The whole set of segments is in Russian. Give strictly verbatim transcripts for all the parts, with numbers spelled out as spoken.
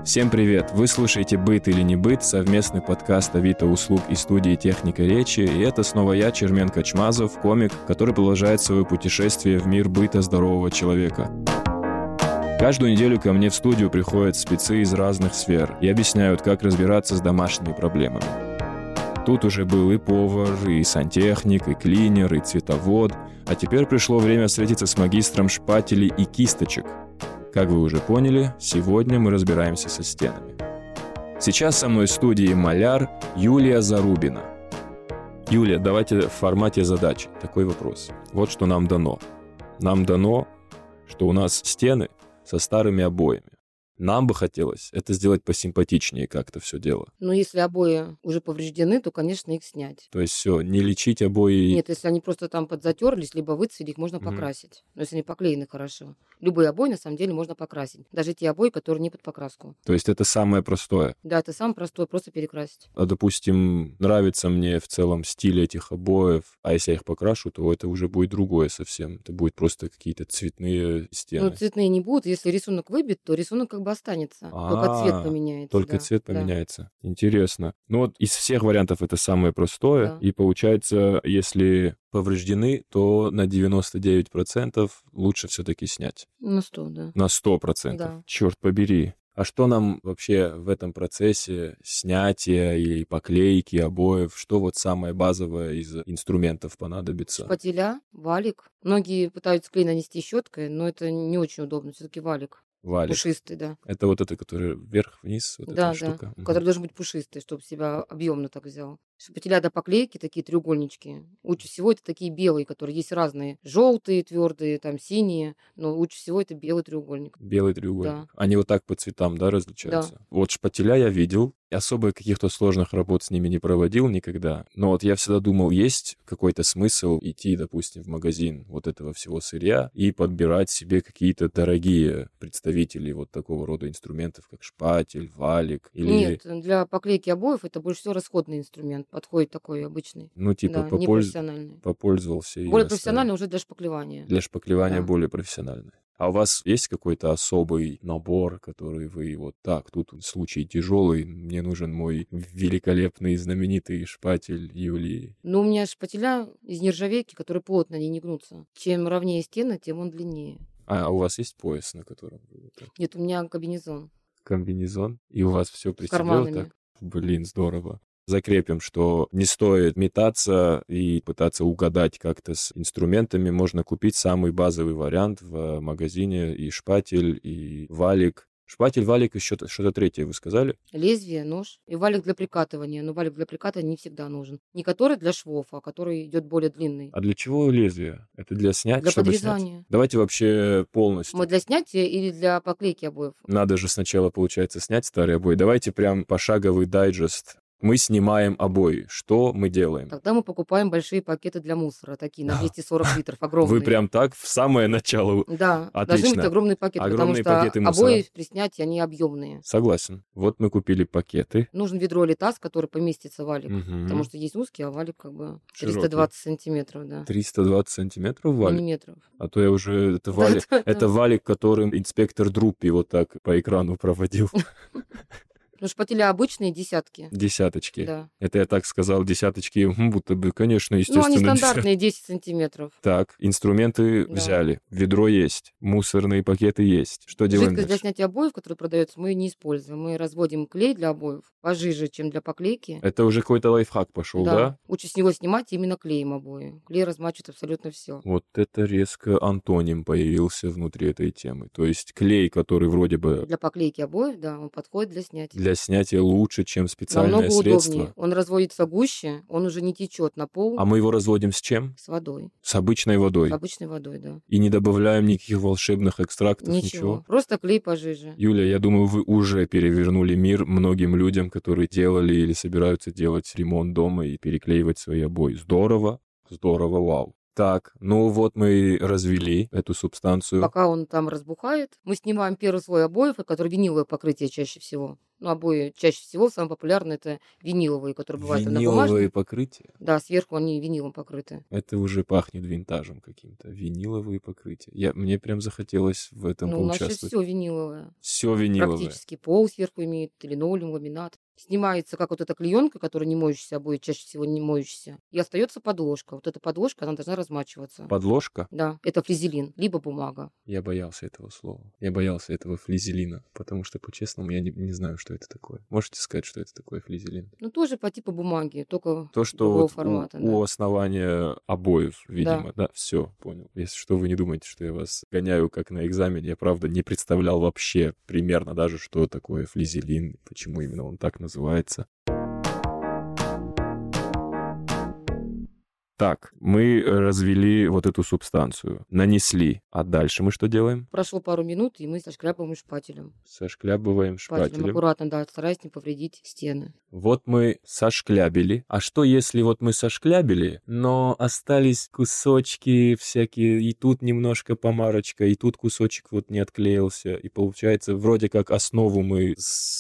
Всем привет! Вы слушаете «Быт или не быт» — совместный подкаст Авито услуг и студии «Техника речи». И это снова я, Чермен Качмазов, комик, который продолжает свое путешествие в мир быта здорового человека. Каждую неделю ко мне в студию приходят спецы из разных сфер и объясняют, как разбираться с домашними проблемами. Тут уже был и повар, и сантехник, и клинер, и цветовод, а теперь пришло время встретиться с магистром шпателей и кисточек. Как вы уже поняли, сегодня мы разбираемся со стенами. Сейчас со мной в студии маляр Юлия Зарубина. Юлия, давайте в формате задачи такой вопрос. Вот что нам дано. Нам дано, что у нас стены со старыми обоями. Нам бы хотелось это сделать посимпатичнее как-то все дело. Но если обои уже повреждены, то, конечно, их снять. То есть все, не лечить обои... Нет, если они просто там подзатерлись, либо выцвели, их можно покрасить. Mm-hmm. Но если они поклеены хорошо. Любые обои, на самом деле, можно покрасить. Даже те обои, которые не под покраску. То есть это самое простое? Да, это самое простое, просто перекрасить. А, допустим, нравится мне в целом стиль этих обоев, а если я их покрашу, то это уже будет другое совсем. Это будет просто какие-то цветные стены. Ну, цветные не будут. Если рисунок выбит, то рисунок как бы останется. А-а-а. Только цвет поменяется. Только да. цвет да. поменяется. Интересно. Ну вот из всех вариантов это самое простое. Да. И получается, если повреждены, то на девяносто девять процентов лучше все-таки снять. На сто, да. На сто процентов. Да. Черт побери. А что нам вообще в этом процессе снятия и поклейки обоев, что вот самое базовое из инструментов понадобится? Шпателя, валик. Многие пытаются клей нанести щеткой, но это не очень удобно. Все-таки валик. Валик. Пушистый, да. Это вот это, который вверх-вниз, вот да, эта да. штука? Угу. Который должен быть пушистый, чтобы себя объемно так взял. Шпателя до поклейки, такие треугольнички. Лучше всего это такие белые, которые есть разные. Желтые, твердые, там синие. Но лучше всего это белый треугольник. Белый треугольник. Да. Они вот так по цветам, да, различаются? Да. Вот шпателя я видел. Особо каких-то сложных работ с ними не проводил никогда. Но вот я всегда думал, есть какой-то смысл идти, допустим, в магазин вот этого всего сырья и подбирать себе какие-то дорогие представители вот такого рода инструментов, как шпатель, валик. Или... Нет, для поклейки обоев это больше всего расходный инструмент. Подходит такой обычный. Ну, типа, да, попольз... не профессиональный. попользовался. Более профессиональный уже для шпаклевания. Для шпаклевания да. более профессиональный. А у вас есть какой-то особый набор, который вы вот так, тут случай тяжелый, мне нужен мой великолепный знаменитый шпатель Юлии? Ну, у меня шпателя из нержавейки, которые плотно, они не гнутся. Чем ровнее стена, тем он длиннее. А, а у вас есть пояс, на котором? Нет, у меня комбинезон. Комбинезон? И у вас все при себе так? Блин, здорово. Закрепим, что не стоит метаться и пытаться угадать как-то с инструментами. Можно купить самый базовый вариант в магазине, и шпатель, и валик. Шпатель, валик и что-то, что-то третье вы сказали? Лезвие, нож и валик для прикатывания. Но валик для прикатывания не всегда нужен. Не который для швов, а который идет более длинный. А для чего лезвие? Это для снятия? Для чтобы подрезания. Снять? Давайте вообще полностью. Мы для снятия или для поклейки обоев? Надо же сначала, получается, снять старые обои. Давайте прям пошаговый дайджест. Мы снимаем обои. Что мы делаем? Тогда мы покупаем большие пакеты для мусора, такие на двести сорок литров, огромные. Вы прям так в самое начало? Да, отлично. Должны быть огромные пакеты, огромные потому пакеты что мусора. Обои при снятии, они объемные. Согласен. Вот мы купили пакеты. Нужен ведро или таз, который поместится валик, угу. потому что есть узкий, а валик как бы триста двадцать сантиметров, да. триста двадцать сантиметров валик? Миллиметров. А то я уже... Это валик, это валик, которым инспектор Друппи вот так по экрану проводил. Ну, шпателя обычные, десятки. Десяточки. Да. Это я так сказал, десяточки, будто бы, конечно, естественно. Ну, они стандартные, десять сантиметров. Так, инструменты да. взяли, ведро есть, мусорные пакеты есть. Что делаем Жидкость дальше? для снятия обоев, которая продается, мы не используем. Мы разводим клей для обоев пожиже, чем для поклейки. Это уже какой-то лайфхак пошел, да? да? Лучше с него снимать именно клеем обои. Клей размачивает абсолютно все. Вот это резко антоним появился внутри этой темы. То есть клей, который вроде бы... Для поклейки обоев, да, он подходит для снятия. Для снятия лучше, чем специальное Намного средство. Удобнее. Он разводится гуще, он уже не течет на пол. А мы его разводим с чем? С водой. С обычной водой? С обычной водой, да. И не добавляем никаких волшебных экстрактов, ничего? ничего? Просто клей пожиже. Юля, я думаю, вы уже перевернули мир многим людям, которые делали или собираются делать ремонт дома и переклеивать свои обои. Здорово, здорово, вау. Так, ну вот мы развели эту субстанцию. Пока он там разбухает, мы снимаем первый слой обоев, который виниловое покрытие чаще всего. Ну, обои чаще всего самые популярные это виниловые, которые бывают Виниловые однобумажные. покрытия? Да, сверху они винилом покрыты. Это уже пахнет винтажем каким-то. Виниловые покрытия. Я, мне прям захотелось в этом Ну, у нас сейчас поучаствовать. все виниловое. Все виниловое. Практически пол сверху имеет, линолеум, ламинат. Снимается как вот эта клеенка, которая не моющаяся, обои чаще всего не моющаяся, и остается подложка. Вот эта подложка, она должна размачиваться. Подложка? Да, это флизелин, либо бумага. Я боялся этого слова. Я боялся этого флизелина, потому что, по-честному, я не, не знаю, что это такое. Можете сказать, что это такое флизелин? Ну, тоже по типу бумаги, только То, что другого вот формата. у, Да. у основания обоев, видимо, да? Все, понял. Если что, вы не думаете, что я вас гоняю как на экзамене. Я, правда, не представлял вообще примерно даже, что такое флизелин, почему именно он так называется. Так, мы развели вот эту субстанцию, нанесли, а дальше мы что делаем? Прошло пару минут, и мы сошкрябываем шпателем. Сошкрябываем Шпателем шпателем. аккуратно, да, стараясь не повредить стены. Вот мы сошклябили. А что, если вот мы сошклябили, но остались кусочки всякие, и тут немножко помарочка, и тут кусочек вот не отклеился, и получается, вроде как основу мы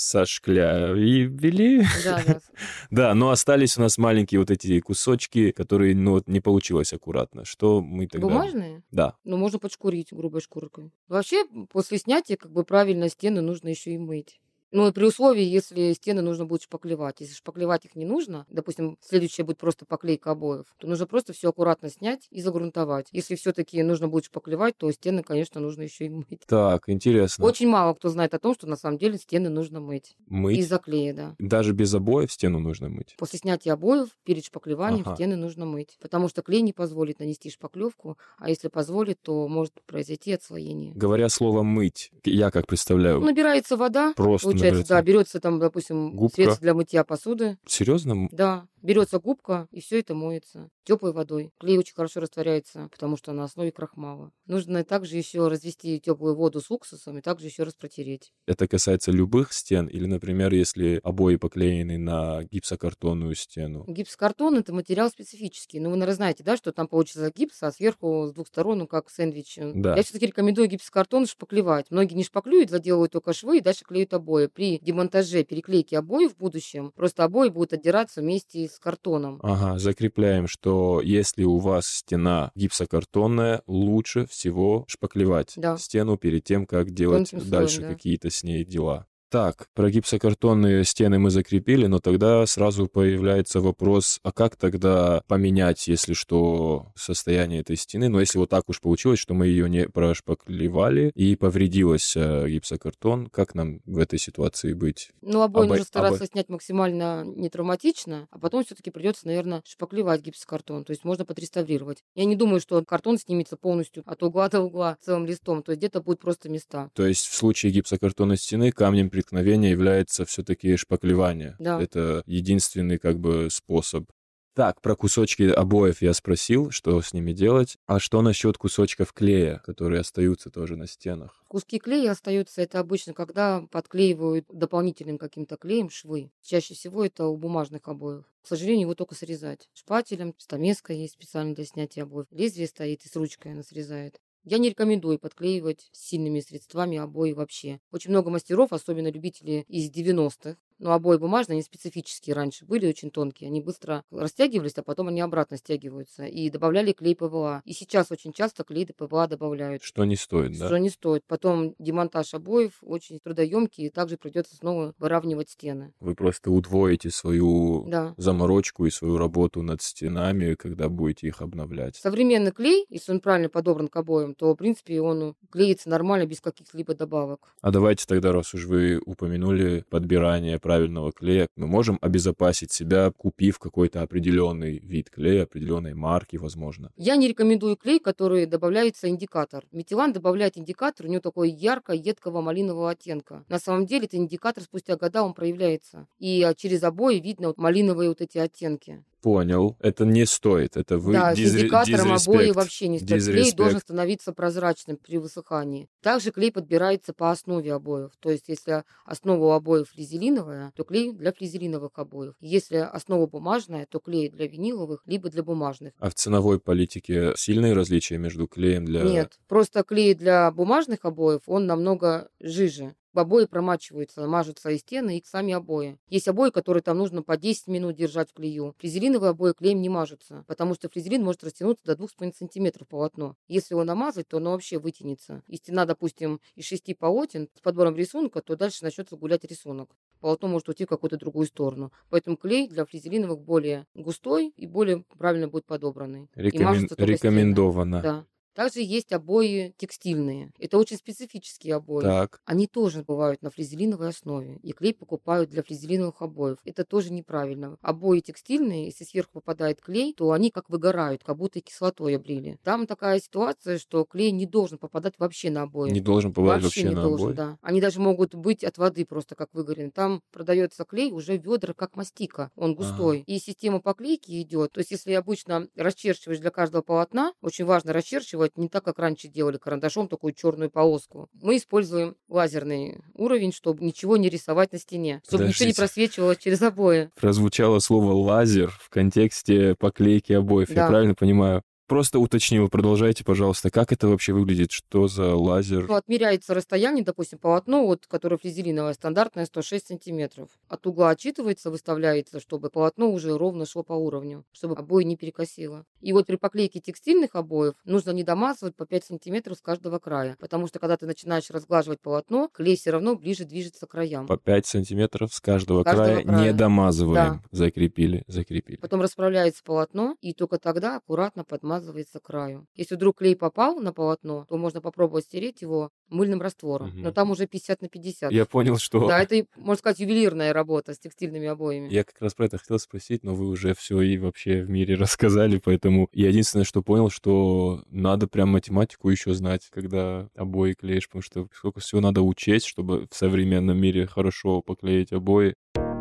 сошклябили. Да, да. Да, но остались у нас маленькие вот эти кусочки, которые, ну, вот не получилось аккуратно. Что мы тогда... Бумажные? Да. Ну, можно подшкурить грубой шкуркой. Вообще, после снятия, как бы правильно стены нужно еще и мыть. Ну, и при условии, если стены нужно будет шпаклевать. Если шпаклевать их не нужно, допустим, следующее будет просто поклейка обоев, то нужно просто все аккуратно снять и загрунтовать. Если все-таки нужно будет шпаклевать, то стены, конечно, нужно еще и мыть. Так, интересно. Очень мало кто знает о том, что на самом деле стены нужно мыть. Мыть? Из-за клея, да. Даже без обоев стену нужно мыть? После снятия обоев, перед шпаклеванием, Ага. стены нужно мыть. Потому что клей не позволит нанести шпаклевку, а если позволит, то может произойти отслоение. Говоря слово «мыть», я как представляю, Ну, набирается вода, просто получается, набирается. да, берется там, допустим, Губка. средство для мытья посуды, Серьезно? да, берется губка, и все это моется теплой водой. Клей очень хорошо растворяется, потому что на основе крахмала. Нужно также еще развести теплую воду с уксусом и также еще раз протереть. Это касается любых стен? Или, например, если обои поклеены на гипсокартонную стену? Гипсокартон – это материал специфический. Ну, вы, наверное, знаете, да, что там получится гипс, а сверху с двух сторон, ну, как сэндвич. Да. Я все-таки рекомендую гипсокартон шпаклевать. Многие не шпаклюют, заделывают только швы и дальше клеют обои. При демонтаже, переклейке обоев в будущем, просто обои будут отдираться вместе с картоном. Ага, закрепляем, что если у вас стена гипсокартонная, лучше всего шпаклевать Да. стену перед тем, как делать Тонким слоем, дальше да. какие-то с ней дела. Так, про гипсокартонные стены мы закрепили, но тогда сразу появляется вопрос, а как тогда поменять, если что, состояние этой стены? Но если вот так уж получилось, что мы ее не прошпаклевали и повредилась э, гипсокартон, как нам в этой ситуации быть? Ну, обои Обо- нужно стараться обо- снять максимально не травматично, а потом все-таки придется, наверное, шпаклевать гипсокартон. То есть можно подреставрировать. Я не думаю, что картон снимется полностью от угла до угла целым листом. То есть где-то будут просто места. То есть в случае гипсокартонной стены камнем преткновения является все-таки шпаклевание. Да. Это единственный как бы способ. Так, про кусочки обоев я спросил, что с ними делать. А что насчет кусочков клея, которые остаются тоже на стенах? Куски клея остаются, это обычно, когда подклеивают дополнительным каким-то клеем швы. Чаще всего это у бумажных обоев. К сожалению, его только срезать. Шпателем, стамеска есть специально для снятия обоев. Лезвие стоит и с ручкой она срезает. Я не рекомендую подклеивать сильными средствами обои вообще. Очень много мастеров, особенно любители из девяностых, но обои бумажные, они специфические раньше были, очень тонкие. Они быстро растягивались, а потом они обратно стягиваются. И добавляли клей ПВА. И сейчас очень часто клей ПВА добавляют. Что не стоит, да? Что не стоит. Потом демонтаж обоев очень трудоемкий, и также придется снова выравнивать стены. Вы просто удвоите свою Да. заморочку и свою работу над стенами, когда будете их обновлять. Современный клей, если он правильно подобран к обоям, то, в принципе, он клеится нормально, без каких-либо добавок. А давайте тогда, раз уж вы упомянули подбирание правильного клея, мы можем обезопасить себя, купив какой-то определенный вид клея, определенной марки, возможно. Я не рекомендую клей, который добавляется индикатор. Метилан добавляет индикатор, у него такой ярко-едкого малинового оттенка. На самом деле, это индикатор, спустя года он проявляется. И а, через обои видно вот малиновые вот эти оттенки. Понял. Это не стоит. Это вы Да, с дизре- индикатором обои дизреспект. вообще не стоит. Клей Дизреспект. должен становиться прозрачным при высыхании. Также клей подбирается по основе обоев. То есть, если основа у обоев флизелиновая, то клей для флизелиновых обоев. Если основа бумажная, то клей для виниловых, либо для бумажных. А в ценовой политике сильные различия между клеем для... Нет, просто клей для бумажных обоев, он намного жиже. Обои промачиваются, мажутся и стены, и сами обои. Есть обои, которые там нужно по десять минут держать в клею. Флизелиновые обои клеем не мажутся, потому что флизелин может растянуться до двух с половиной сантиметров полотно. Если его намазать, то оно вообще вытянется. И стена, допустим, из шести полотен с подбором рисунка, то дальше начнется гулять рисунок. Полотно может уйти в какую-то другую сторону. Поэтому клей для флизелиновых более густой и более правильно будет подобранный. И Рекомен- мажутся только стены. Рекомендовано. Да. Также есть обои текстильные. Это очень специфические обои. Так. Они тоже бывают на флизелиновой основе. И клей покупают для флизелиновых обоев. Это тоже неправильно. Обои текстильные, если сверху попадает клей, то они как выгорают, как будто кислотой облили. Там такая ситуация, что клей не должен попадать вообще на обои. Не должен попадать Вообще вообще не на должен, обои? да. Они даже могут быть от воды просто как выгорены. Там продается клей уже ведра, как мастика. Он густой. Ага. И система поклейки идет. То есть, если обычно расчерчиваешь для каждого полотна, очень важно расчерчивать не так, как раньше делали карандашом, такую черную полоску. Мы используем лазерный уровень, чтобы ничего не рисовать на стене, чтобы ничего не Подождите. просвечивало через обои. Прозвучало слово «лазер» в контексте поклейки обоев. Я Да. правильно понимаю? Просто уточнил. Продолжайте, пожалуйста. Как это вообще выглядит? Что за лазер? Ну, отмеряется расстояние, допустим, полотно, вот, которое флизелиновое, стандартное сто шесть сантиметров. От угла отчитывается, выставляется, чтобы полотно уже ровно шло по уровню, чтобы обои не перекосило. И вот при поклейке текстильных обоев нужно не домазывать по пять сантиметров с каждого края, потому что когда ты начинаешь разглаживать полотно, клей все равно ближе движется к краям. По пять сантиметров с каждого, С каждого края. края. Не домазываем. Да. Закрепили, закрепили. Потом расправляется полотно, и только тогда аккуратно подмазывается к краю. Если вдруг клей попал на полотно, то можно попробовать стереть его мыльным раствором. Мгм. Но там уже пятьдесят на пятьдесят. Я понял, что... Да, это, можно сказать, ювелирная работа с текстильными обоями. Я как раз про это хотел спросить, но вы уже все и вообще в мире рассказали, поэтому я единственное, что понял, что надо прям математику еще знать, когда обои клеишь, потому что сколько всего надо учесть, чтобы в современном мире хорошо поклеить обои.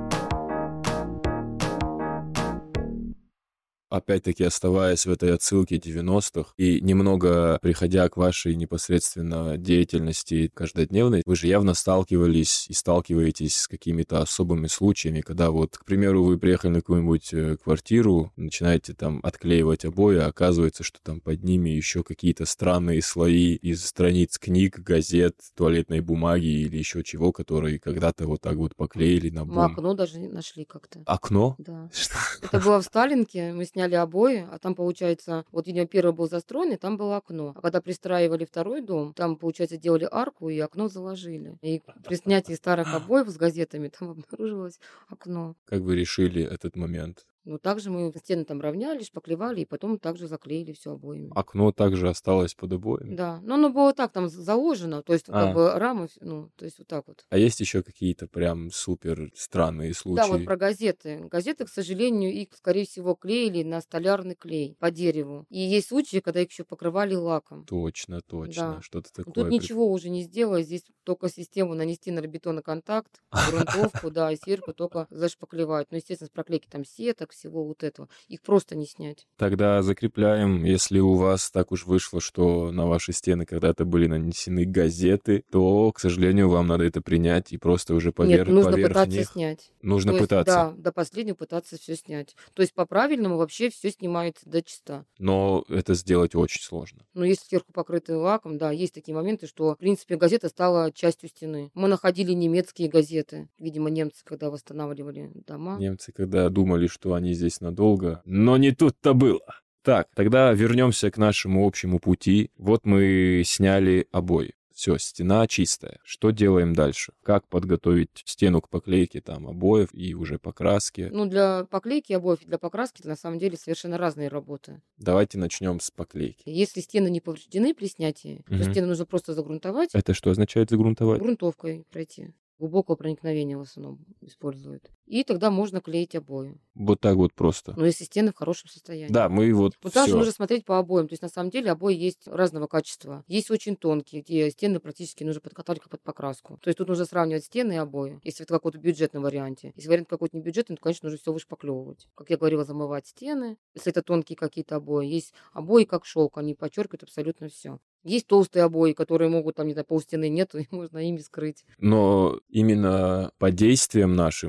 Опять-таки, оставаясь в этой отсылке девяностых и немного приходя к вашей непосредственно деятельности каждодневной, вы же явно сталкивались и сталкиваетесь с какими-то особыми случаями, когда вот, к примеру, вы приехали на какую-нибудь э, квартиру, начинаете там отклеивать обои, а оказывается, что там под ними еще какие-то странные слои из страниц книг, газет, туалетной бумаги или еще чего, которые когда-то вот так вот поклеили на Мы бум. окно даже нашли как-то. Окно? Да. Что? Это было в Сталинке, мы сняли обои, а там, получается, вот, видимо, первый был застроен, и там было окно. А когда пристраивали второй дом, там, получается, делали арку, и окно заложили. И при снятии старых обоев с газетами там обнаружилось окно. Как вы решили этот момент? Ну, также мы стены там равняли, шпаклевали, и потом также заклеили все обоями. Окно также осталось под обоями? Да, но оно было так там заложено, то есть А. как бы рамы, ну, то есть вот так вот. А есть еще какие-то прям супер странные случаи? Да, вот про газеты. Газеты, к сожалению, их, скорее всего, клеили на столярный клей по дереву. И есть случаи, когда их еще покрывали лаком. Точно, точно. Да. Что-то Ну, такое. Тут ничего уже не сделать, здесь только систему нанести на бетоноконтакт, грунтовку, да, и сверху только зашпаклевать. Ну, естественно, с проклейки там сеток, всего вот этого. Их просто не снять. Тогда закрепляем, если у вас так уж вышло, что на ваши стены когда-то были нанесены газеты, то, к сожалению, вам надо это принять и просто уже повер... Нет, нужно поверх пытаться них... снять. Нужно То есть, пытаться. Да, до последнего пытаться все снять. То есть по-правильному вообще все снимается до чиста. Но это сделать очень сложно. Но если сверху покрыты лаком, да, есть такие моменты, что, в принципе, газета стала частью стены. Мы находили немецкие газеты. Видимо, немцы, когда восстанавливали дома. Немцы, когда думали, что они здесь надолго, но не тут-то было. Так, тогда вернемся к нашему общему пути. Вот мы сняли обои. Все, стена чистая. Что делаем дальше? Как подготовить стену к поклейке там обоев и уже покраске? Ну, для поклейки обоев и для покраски, на самом деле, совершенно разные работы. Давайте начнем с поклейки. Если стены не повреждены при снятии, Мгм. то стены нужно просто загрунтовать, Это что означает загрунтовать? грунтовкой пройти. Глубокого проникновения в основном используют. И тогда можно клеить обои. Вот так вот просто. Но если стены в хорошем состоянии. Да, мы вот Вот также всё. нужно смотреть по обоям. То есть, на самом деле, обои есть разного качества. Есть очень тонкие, где стены практически нужно подкатать под покраску. То есть, тут нужно сравнивать стены и обои. Если это какой-то бюджетный варианте. Если вариант какой-то не бюджетный, то, конечно, нужно все вышпаклевывать. Как я говорила, замывать стены. Если это тонкие какие-то обои. Есть обои как шелк, они подчеркивают абсолютно все. Есть толстые обои, которые могут, там, не знаю, полстены нету, и можно ими скрыть. Но именно по действиям нашим все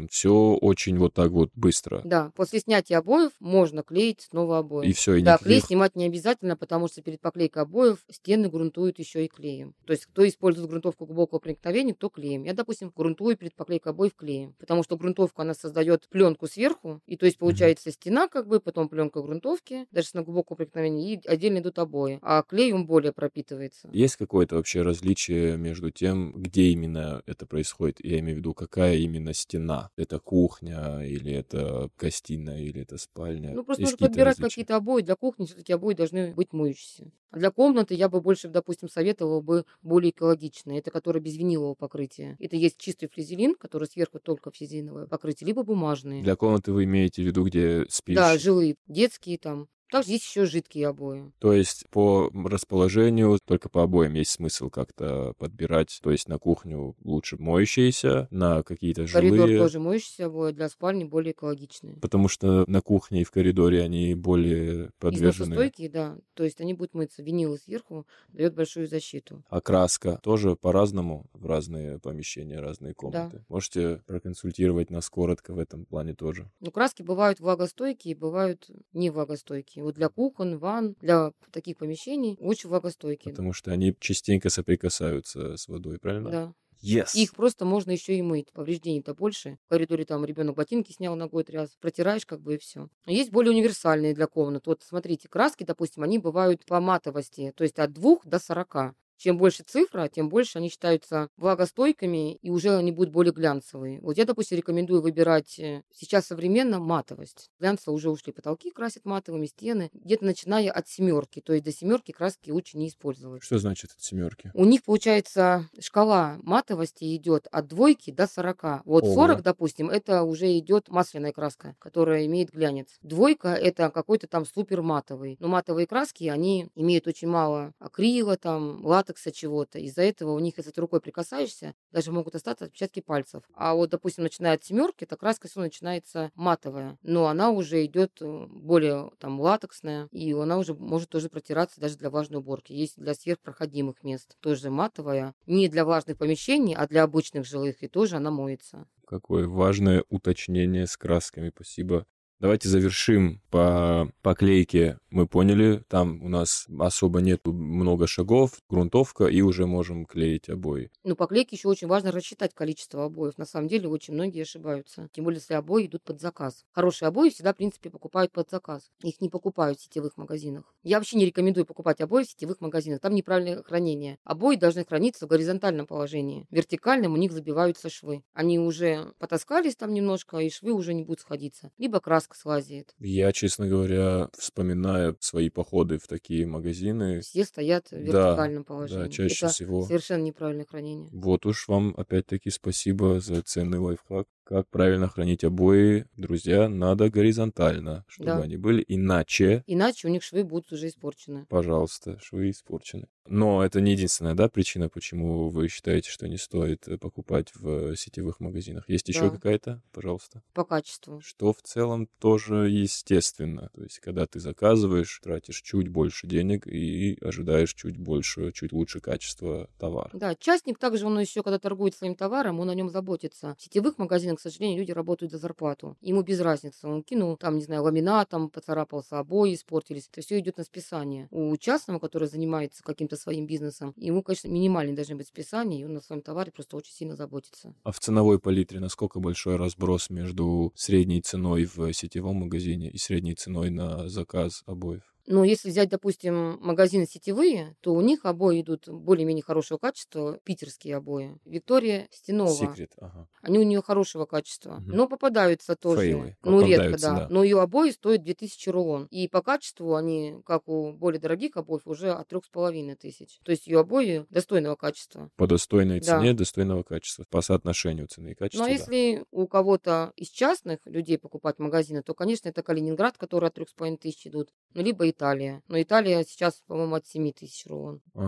все очень вот так вот быстро. Да, после снятия обоев можно клеить снова обои. И все, и Да, клей никаких... снимать не обязательно, потому что перед поклейкой обоев стены грунтуют еще и клеем. То есть кто использует грунтовку глубокого проникновения, кто клеем. Я, допустим, грунтую перед поклейкой обоев клеем, потому что грунтовка, она создает пленку сверху, и то есть Мгм. получается стена как бы, потом пленка грунтовки, даже на глубокого проникновения, и отдельно идут обои. А клей он более пропитывается. Есть какое-то вообще различие между тем, где именно это происходит? Я имею в виду, какая именно стена? Это кухня, или это гостиная, или это спальня? Ну, просто Есть нужно какие-то подбирать различия? какие-то обои. Для кухни все-таки обои должны быть моющиеся. А для комнаты я бы больше, допустим, советовала бы более экологичные. Это которые без винилового покрытия. Это есть чистый флизелин, который сверху только флизелиновое покрытие, либо бумажные. Для комнаты вы имеете в виду, где Да, спишь? жилые, детские там. Также есть еще жидкие обои. То есть по расположению, только по обоям есть смысл как-то подбирать. То есть на кухню лучше моющиеся, на какие-то Коридор жилые, тоже моющиеся обои, для спальни более экологичные. потому что на кухне и в коридоре они более подвержены. Износостойкие, да. То есть они будут мыться. Винил сверху дает большую защиту. Окраска тоже по-разному в разные помещения, разные Да. комнаты. Можете проконсультировать нас коротко в этом плане тоже. Ну, краски бывают влагостойкие, бывают не влагостойкие. Вот для кухон, ванн, для таких помещений очень влагостойкие. Потому что они частенько соприкасаются с водой, правильно? Да. Yes. Их просто можно еще и мыть. Повреждений-то больше. В коридоре там ребенок ботинки снял ногой тряс. Протираешь как бы и все. Есть более универсальные для комнат. Вот смотрите, краски, допустим, они бывают по матовости. То есть от двух до сорока. Чем больше цифра, тем больше они считаются влагостойкими, и уже они будут более глянцевые. Вот я, допустим, рекомендую выбирать э, сейчас современно матовость. Глянцево уже ушли, потолки красят матовыми, стены. Где-то начиная от семерки. То есть до семерки краски лучше не использовать. Что значит от семерки? У них, получается, шкала матовости идет от двойки до сорока. Вот Ого. сорок, допустим, это уже идет масляная краска, которая имеет глянец. Двойка – это какой-то там супер матовый. Но матовые краски, они имеют очень мало акрила, там, латекса чего-то. Из-за этого у них, если ты рукой прикасаешься, даже могут остаться отпечатки пальцев. А вот, допустим, начиная от семерки, эта краска все начинается матовая. Но она уже идет э, более там латексная, и она уже может тоже протираться даже для влажной уборки. Есть для сверхпроходимых мест. Тоже матовая. Не для влажных помещений, а для обычных жилых. И тоже она моется. Какое важное уточнение с красками. Спасибо. Давайте завершим по поклейке. Мы поняли, там у нас особо нету много шагов, грунтовка, и уже можем клеить обои. Ну, по клейке еще очень важно рассчитать количество обоев. На самом деле очень многие ошибаются. Тем более, если обои идут под заказ. Хорошие обои всегда, в принципе, покупают под заказ. Их не покупают в сетевых магазинах. Я вообще не рекомендую покупать обои в сетевых магазинах. Там неправильное хранение. Обои должны храниться в горизонтальном положении. В вертикальном у них забиваются швы. Они уже потаскались там немножко, и швы уже не будут сходиться. Либо краска слазит. Я, честно говоря, вспоминаю свои походы в такие магазины. Все стоят в Да, вертикальном да, положении. чаще Это всего. совершенно неправильное хранение. Вот уж вам опять-таки спасибо за ценный лайфхак. Как правильно хранить обои, друзья, надо горизонтально, чтобы Да. они были, иначе, Иначе у них швы будут уже испорчены. пожалуйста, швы испорчены. Но это не единственная, да, причина, почему вы считаете, что не стоит э, покупать в сетевых магазинах. Есть еще Да. какая-то, пожалуйста? По качеству. Что в целом тоже естественно. То есть, когда ты заказываешь, тратишь чуть больше денег и ожидаешь чуть больше, чуть лучше качества товара. Да, частник также, он еще, когда торгует своим товаром, он о нем заботится. В сетевых магазинах, к сожалению, люди работают за зарплату. Ему без разницы. Он кинул, там, не знаю, ламинат, там, поцарапался, обои испортились. Это все идет на списание. У частного, который занимается каким-то своим бизнесом, ему, конечно, минимальные должны быть списания, и он на своем товаре просто очень сильно заботится. А в ценовой палитре насколько большой разброс между средней ценой в сетевом магазине и средней ценой на заказ обоев? Но если взять, допустим, магазины сетевые, то у них обои идут более-менее хорошего качества, питерские обои. Виктория Стенова. Секрет, ага. Они у нее хорошего качества. Мгм. Но попадаются тоже. Фейлы. Ну, редко, Попадаются, да. да. Но ее обои стоят две тысячи рулон. И по качеству они, как у более дорогих обоев, уже от трех с половиной тысяч. То есть ее обои достойного качества. По достойной Да. цене, достойного качества. По соотношению цены и Ну, качества, а да. если у кого-то из частных людей покупать магазины, то, конечно, это Калининград, который от трех с половиной тысяч идут, ну, либо Италия. Но Италия сейчас, по-моему, от семи тысяч рулон. Ага. В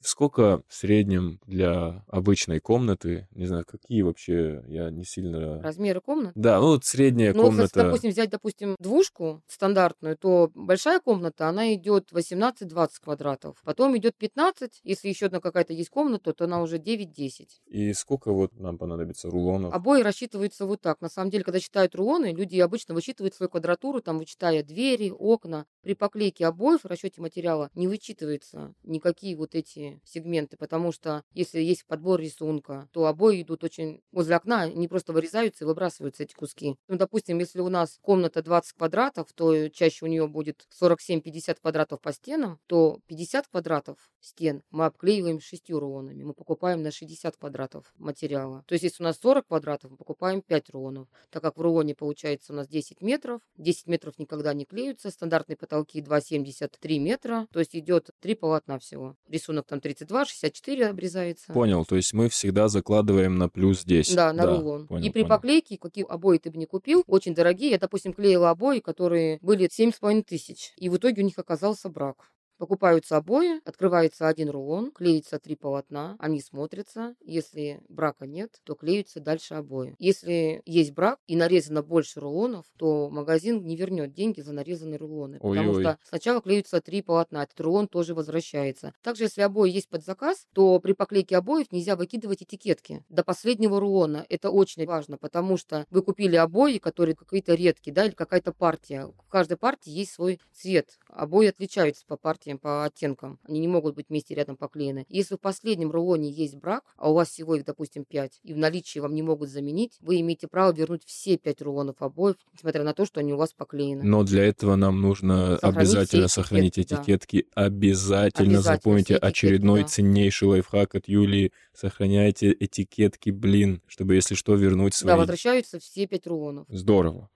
Сколько в среднем для обычной комнаты, не знаю, какие вообще, я не сильно... Размеры комнат? Да, ну вот средняя Ну, вот, если, комната. допустим, взять, допустим, двушку стандартную, то большая комната, она идет восемнадцать-двадцать квадратов. Потом идет пятнадцать. Если еще одна какая-то есть комната, то она уже девять-десять. И сколько вот нам понадобится рулонов? Обои рассчитываются вот так. На самом деле, когда считают рулоны, люди обычно высчитывают свою квадратуру, там вычитая двери, окна. При поклейке обоев в расчете материала не вычитываются никакие вот эти сегменты, потому что если есть подбор рисунка, то обои идут очень возле окна, они просто вырезаются и выбрасываются эти куски. Ну, допустим, если у нас комната двадцать квадратов, то чаще у нее будет сорок семь-пятьдесят квадратов по стенам, то пятьдесят квадратов стен мы обклеиваем шестью рулонами. Мы покупаем на шестьдесят квадратов материала. То есть, если у нас сорок квадратов, мы покупаем пять рулонов. Так как в рулоне получается у нас десять метров, десять метров никогда не клеются, стандартные потолки два семьдесят три метра, то есть идет три полотна всего. Рисунок там тридцать два, шестьдесят четыре обрезается. Понял, то есть мы всегда закладываем на плюс десять. Да, на рулон. Понял, и при понял. поклейке, какие обои ты бы не купил, очень дорогие. Я, допустим, клеила обои, которые были семь с половиной тысяч. И в итоге у них оказался брак. Покупаются обои, открывается один рулон, клеится три полотна, они смотрятся. Если брака нет, то клеются дальше обои. Если есть брак и нарезано больше рулонов, то магазин не вернет деньги за нарезанные рулоны. Потому Ой-ой. что сначала клеются три полотна, этот рулон тоже возвращается. Также, если обои есть под заказ, то при поклейке обоев нельзя выкидывать этикетки до последнего рулона. Это очень важно, потому что вы купили обои, которые какие-то редкие, да, или какая-то партия. В каждой партии есть свой цвет. Обои отличаются по партиям, по оттенкам. Они не могут быть вместе рядом поклеены. Если в последнем рулоне есть брак, а у вас всего их, допустим, пять, и в наличии вам не могут заменить, вы имеете право вернуть все пять рулонов обоев, несмотря на то, что они у вас поклеены. Но для этого нам нужно Сохранить обязательно все сохранить этикетки, да. этикетки. Обязательно. Обязательно Запомните все этикетки, очередной да. ценнейший лайфхак от Юлии. Сохраняйте этикетки, блин, чтобы, если что, вернуть свои. Да, возвращаются все пять рулонов. Здорово.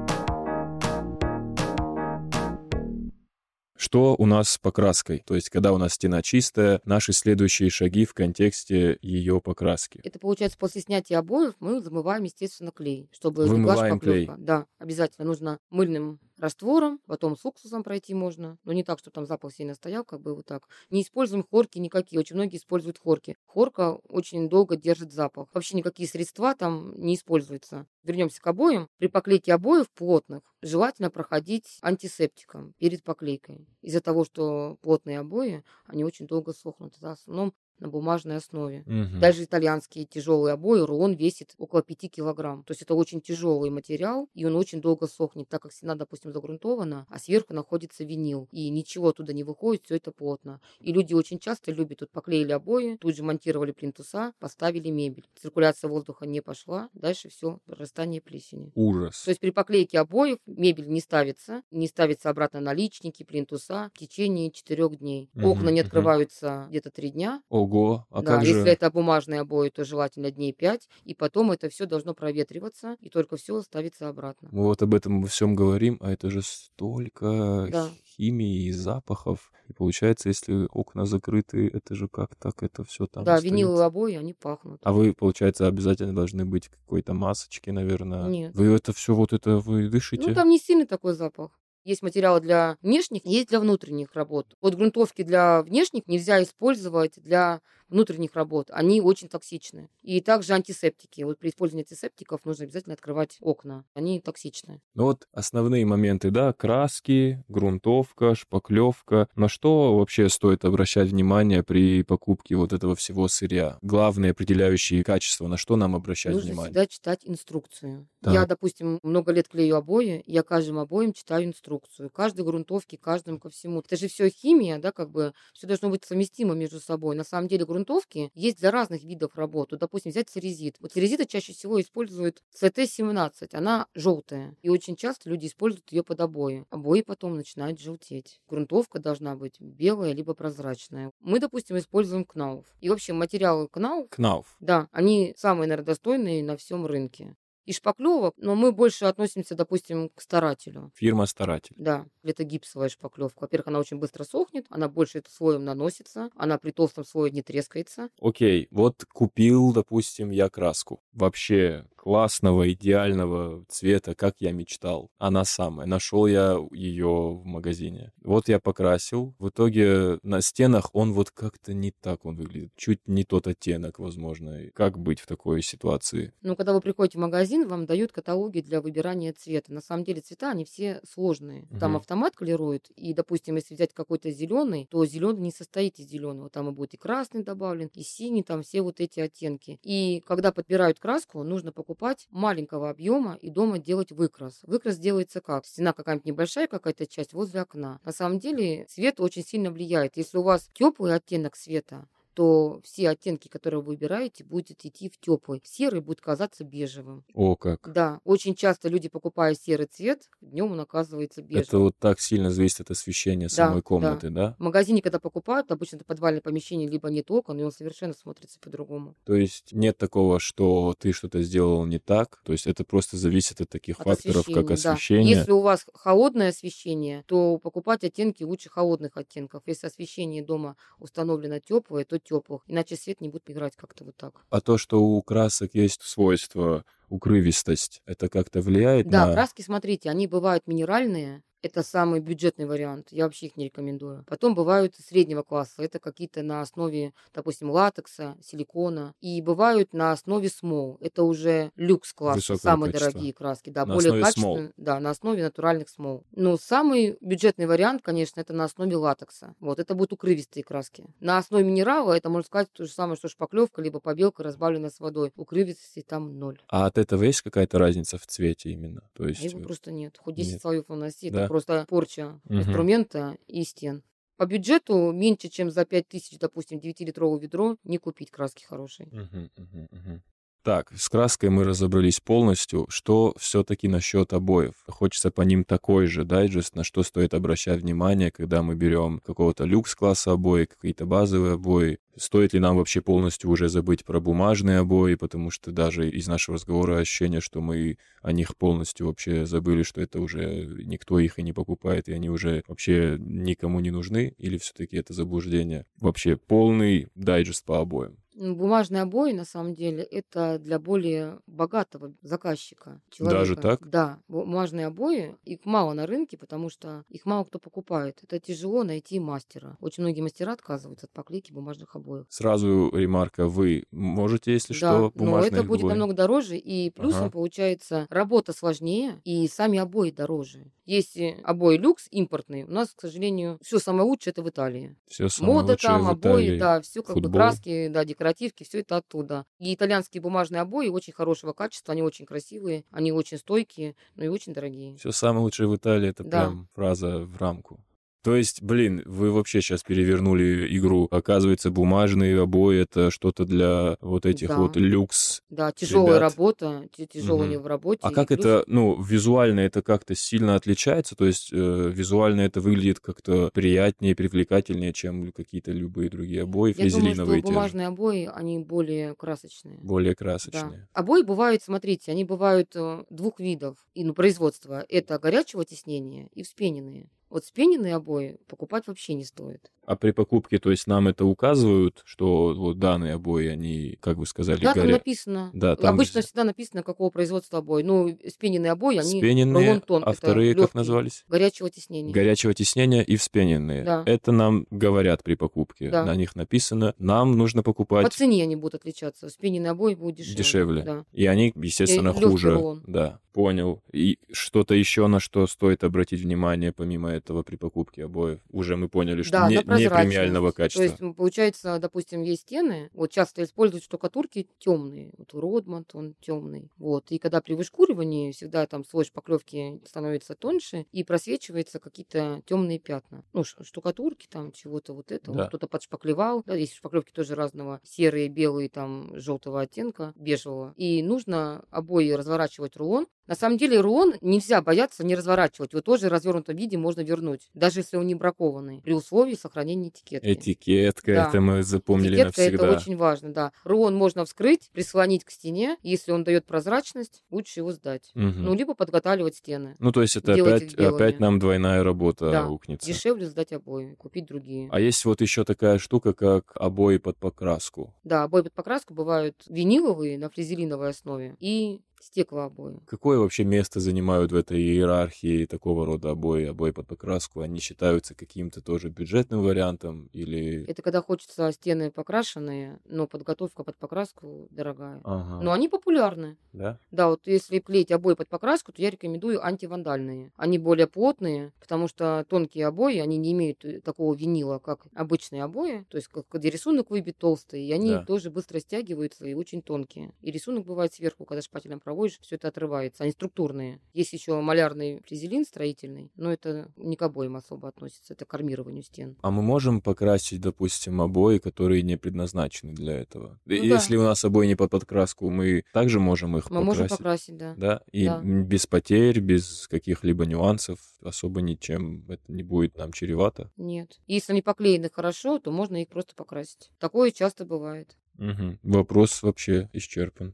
Что у нас с покраской? То есть, когда у нас стена чистая, наши следующие шаги в контексте ее покраски. Это получается, после снятия обоев мы замываем, естественно, клей, чтобы легла Вымываем шпаклевка. Да, обязательно нужно мыльным раствором, потом с уксусом пройти можно, но не так, чтобы там запах сильно стоял, как бы вот так. Не используем хлорки никакие, очень многие используют хлорки. Хлорка очень долго держит запах. Вообще никакие средства там не используются. Вернемся к обоям. При поклейке обоев плотных желательно проходить антисептиком перед поклейкой. Из-за того, что плотные обои, они очень долго сохнут. Это в основном на бумажной основе. Мгм. Даже итальянские тяжелые обои, рулон весит около пяти килограмм. То есть это очень тяжелый материал, и он очень долго сохнет, так как стена, допустим, загрунтована, а сверху находится винил, и ничего оттуда не выходит, все это плотно. И люди очень часто любят, тут поклеили обои, тут же монтировали плинтуса, поставили мебель. Циркуляция воздуха не пошла, дальше все, прорастание плесени. Ужас. То есть при поклейке обоев мебель не ставится, не ставится обратно наличники, плинтуса в течение четырех дней. Мгм, Окна не мгм. открываются где-то три дня. Ого, а Да, как если же... это бумажные обои, то желательно дней пять, и потом это все должно проветриваться, и только все ставится обратно. Мы вот об этом во всем говорим, а это же столько Да. химии и запахов. И получается, если окна закрыты, это же как так это все там Да, остается? виниловые обои, они пахнут. А вы, получается, обязательно должны быть в какой-то масочке, наверное. Нет. Вы это все вот это вы Ну, дышите? там не сильный такой запах. Есть материалы для внешних, есть для внутренних работ. Вот грунтовки для внешних нельзя использовать для внутренних работ. Они очень токсичны. И также антисептики. Вот при использовании антисептиков нужно обязательно открывать окна. Они токсичны. Ну вот основные моменты, да, краски, грунтовка, шпаклевка. На что вообще стоит обращать внимание при покупке вот этого всего сырья? Главные определяющие качества, на что нам обращать Нужно внимание? всегда читать инструкцию. Так. Я, допустим, много лет клею обои, я каждым обоим читаю инструкцию. Каждой грунтовке, каждому ко всему. Это же все химия, да, как бы все должно быть совместимо между собой. На самом деле грунтовки есть для разных видов работ. Вот, допустим, взять церезит. Вот церезита чаще всего используют си ти семнадцать. Она желтая. И очень часто люди используют ее под обои. Обои потом начинают желтеть. Грунтовка должна быть белая либо прозрачная. Мы, допустим, используем кнауф. И вообще материалы кнауф, Кнауф. да, они самые, наверное, достойные на всем рынке. И шпаклевок, но мы больше относимся, допустим, к старателю. Фирма «Старатель». Да. или это гипсовая шпаклевка. Во-первых, она очень быстро сохнет, она больше слоем наносится, она при толстом слое не трескается. Окей, вот купил, допустим, я краску. Вообще классного, идеального цвета, как я мечтал. Она самая. Нашел я ее в магазине. Вот я покрасил. В итоге на стенах он вот как-то не так он выглядит. Чуть не тот оттенок, возможно. Как быть в такой ситуации? Ну, когда вы приходите в магазин, вам дают каталоги для выбирания цвета. На самом деле цвета, они все сложные. Там Мгм. автомат колирует, и, допустим, если взять какой-то зеленый, то зеленый не состоит из зеленого. Там и будет и красный добавлен, и синий, там все вот эти оттенки. И когда подбирают краску, нужно покупать маленького объема и дома делать выкрас. Выкрас делается как? Стена какая-нибудь небольшая, какая-то часть возле окна. На самом деле цвет очень сильно влияет. Если у вас теплый оттенок цвета, то все оттенки, которые вы выбираете, будут идти в теплый. Серый будет казаться бежевым. О, как. Да, очень часто люди, покупая серый цвет, днем он оказывается Это бежевым. вот так сильно зависит от освещения Да, самой да. комнаты, да? В магазине, когда покупают, обычно это подвальное помещение, либо нет окон, и он совершенно смотрится по-другому. То есть нет такого, что ты что-то сделал не так. То есть это просто зависит от таких От факторов, как освещения, да. освещение. Если у вас холодное освещение, то покупать оттенки лучше холодных оттенков. Если освещение дома установлено теплое, то теплых. Иначе свет не будет играть как-то вот так. А то, что у красок есть свойство укрывистость, это как-то влияет Да, на... краски, смотрите, они бывают минеральные. Это самый бюджетный вариант. Я вообще их не рекомендую. Потом бывают среднего класса. Это какие-то на основе, допустим, латекса, силикона. И бывают на основе смол. Это уже люкс класса, Высокого самые качества. дорогие краски. Да, На более основе смол. качественные. Да, на основе натуральных смол. Но самый бюджетный вариант, конечно, это на основе латекса. Вот, это будут укрывистые краски. На основе минерала это, можно сказать, то же самое, что шпаклевка, либо побелка, разбавленная с водой. Укрывистости там ноль. А от этого есть какая-то разница в цвете именно? То А есть... его э, просто нет. Хоть десять Нет. слоев наноси, это Да? просто порча Мгм. инструмента и стен. По бюджету меньше, чем за пять тысяч, допустим, девятилитровое ведро, не купить краски хорошей. Мгм, мгм, мгм. Так, с краской мы разобрались полностью. Что все-таки насчет обоев? Хочется по ним такой же дайджест, на что стоит обращать внимание, когда мы берем какого-то люкс-класса обои, какие-то базовые обои. Стоит ли нам вообще полностью уже забыть про бумажные обои, потому что даже из нашего разговора ощущение, что мы о них полностью вообще забыли, что это уже никто их и не покупает, и они уже вообще никому не нужны, или все-таки это заблуждение? Вообще полный дайджест по обоям. М, Бумажные обои, на самом деле, это для более богатого заказчика, Даже человека. так? Да, бумажные обои, их мало на рынке, потому что их мало кто покупает. Это тяжело найти мастера. Очень многие мастера отказываются от поклейки бумажных обоев. Сразу ремарка, вы можете, если Да, что, но бумажные это будет обои? намного дороже, и плюсом Ага. получается работа сложнее, и сами обои дороже. Если обои люкс импортные, у нас, к сожалению, все самое лучшее это в Италии. Все самое Мода лучшее там, в обои, Италии. да, все как бы Футбол. краски, да, декоративки, все это оттуда. И итальянские бумажные обои очень хорошего качества, они очень красивые, они очень стойкие, но и очень дорогие. Все самое лучшее в Италии — это Да. прям фраза в рамку. То есть, блин, вы вообще сейчас перевернули игру. Оказывается, бумажные обои — это что-то для вот этих Да. вот люкс. Да, тяжелая Ребят. работа, тяжело Мгм. не в работе. А и как плюс- это, ну, визуально это как-то сильно отличается? То есть э, визуально это выглядит как-то приятнее, привлекательнее, чем какие-то любые другие обои, Я думаю, что флизелиновые те же, бумажные обои, они более красочные. более Да. красочные. Обои бывают, смотрите, они бывают э, двух видов. И, ну, производства. Это горячего тиснения и вспененные. Вот вспененные обои покупать вообще не стоит. А при покупке, то есть нам это указывают, что вот данные обои, они, как вы сказали, Да, там горя... написано. Да, там Обычно вз- всегда написано, какого производства обои. Ну, вспененные обои, они вспененные, рулон тон. а это вторые как легкий, назывались? горячего тиснения. Горячего тиснения и вспененные. Да. Это нам говорят при покупке. Да. На них написано. Нам нужно По покупать цене они будут отличаться. Вспененные обои будут дешевле. дешевле. Да. И они, естественно, легкий хуже. рулон. Да, понял. И что-то еще, на что стоит обратить внимание, помимо этого, при покупке обоев. Уже мы поняли, что Да, не, на не прозрачность. премиального качества. То есть, м, получается, допустим, есть стены, вот часто используют штукатурки темные. Вот Родмонд, он темный. Вот. И когда при вышкуривании всегда там слой шпаклевки становится тоньше и просвечиваются какие-то темные пятна. Ну, ш- штукатурки там, чего-то вот этого. Да. Кто-то подшпаклевал. Да, есть шпаклевки тоже разного. Серые, белые, там, желтого оттенка, бежевого. И нужно обои разворачивать рулон, На самом деле рулон нельзя бояться не разворачивать. Его тоже в развернутом виде можно вернуть, даже если он не бракованный, при условии сохранения этикетки. Этикетка, Да. это мы запомнили Этикетка навсегда. это очень важно, да. Рулон можно вскрыть, прислонить к стене. Если он дает прозрачность, лучше его сдать. Мгм. Ну, либо подготавливать стены. Ну, то есть это Делать опять, их белыми. опять нам двойная работа Да. аукнется. Дешевле сдать обои, купить другие. А есть вот еще такая штука, как обои под покраску. Да, обои под покраску бывают виниловые на флизелиновой основе и стеклообои. Какое вообще место занимают в этой иерархии такого рода обои, обои под покраску? Они считаются каким-то тоже бюджетным вариантом или... Это когда хочется стены покрашенные, но подготовка под покраску дорогая. Ага. Но они популярны. Да? Да, вот если клеить обои под покраску, то я рекомендую антивандальные. Они более плотные, потому что тонкие обои, они не имеют такого винила, как обычные обои. То есть, как- где рисунок выбит толстый, и они Да. тоже быстро стягиваются и очень тонкие. И рисунок бывает сверху, когда шпателем проводишь, все это отрывается. Они структурные. Есть еще малярный флизелин строительный, но это не к обоям особо относится, это к армированию стен. А мы можем покрасить, допустим, обои, которые не предназначены для этого? Ну Если да. у нас обои не под подкраску, мы также можем их Мы можем покрасить? покрасить, да. Да? И Да. м, без потерь, без каких-либо нюансов, особо ничем это не будет нам чревато? Нет. Если они поклеены хорошо, то можно их просто покрасить. Такое часто бывает. Мгм. Вопрос вообще исчерпан.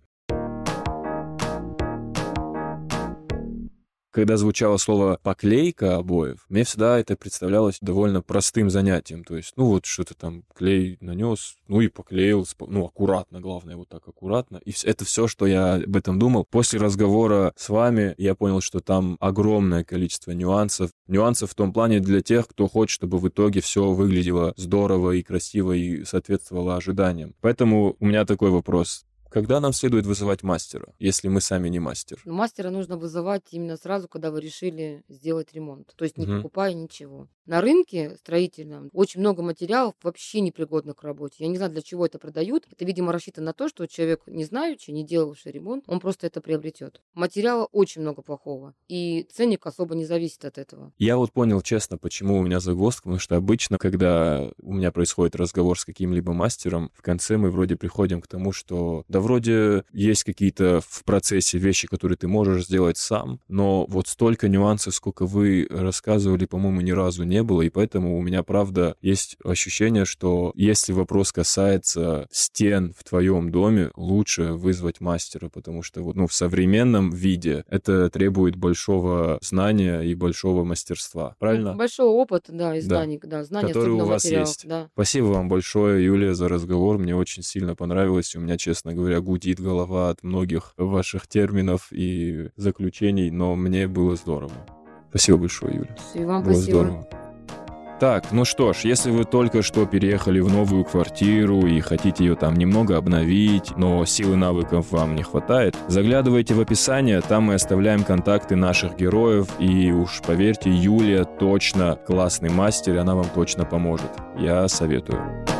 Когда звучало слово «поклейка обоев», мне всегда это представлялось довольно простым занятием. То есть, ну вот что-то там клей нанес, ну и поклеил, спо- ну аккуратно, главное, вот так аккуратно. И вс- это все, что я об этом думал. После разговора с вами я понял, что там огромное количество нюансов. Нюансов в том плане для тех, кто хочет, чтобы в итоге все выглядело здорово и красиво и соответствовало ожиданиям. Поэтому у меня такой вопрос. Когда нам следует вызывать мастера, если мы сами не мастер? Но мастера нужно вызывать именно сразу, когда вы решили сделать ремонт. То есть не Мгм. покупая ничего. На рынке строительном очень много материалов вообще непригодных к работе. Я не знаю, для чего это продают. Это, видимо, рассчитано на то, что человек, не знающий, не делавший ремонт, он просто это приобретет. Материала очень много плохого. И ценник особо не зависит от этого. Я вот понял, честно, почему у меня загвоздка, потому что обычно, когда у меня происходит разговор с каким-либо мастером, в конце мы вроде приходим к тому, что да вроде есть какие-то в процессе вещи, которые ты можешь сделать сам, но вот столько нюансов, сколько вы рассказывали, по-моему, ни разу не было, и поэтому у меня, правда, есть ощущение, что если вопрос касается стен в твоем доме, лучше вызвать мастера, потому что вот, ну, в современном виде это требует большого знания и большого мастерства. Правильно? Ну, большой опыт, да, и Да. знаний, да, знания Который у особенно вас материалов, есть. да. Спасибо вам большое, Юлия, за разговор. Мне очень сильно понравилось. У меня, честно говоря, гудит голова от многих ваших терминов и заключений, но мне было здорово. Спасибо большое, Юля. И вам Было спасибо. здорово. Так, ну что ж, если вы только что переехали в новую квартиру и хотите ее там немного обновить, но сил и навыков вам не хватает, заглядывайте в описание, там мы оставляем контакты наших героев, и уж поверьте, Юлия точно классный мастер, и она вам точно поможет. Я советую.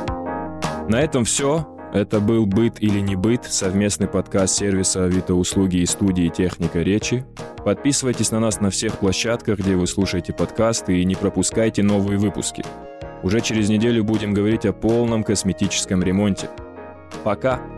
На этом все. Это был «Быт или не быт» — совместный подкаст сервиса Авито услуги и студии «Техника речи». Подписывайтесь на нас на всех площадках, где вы слушаете подкасты, и не пропускайте новые выпуски. Уже через неделю будем говорить о полном косметическом ремонте. Пока!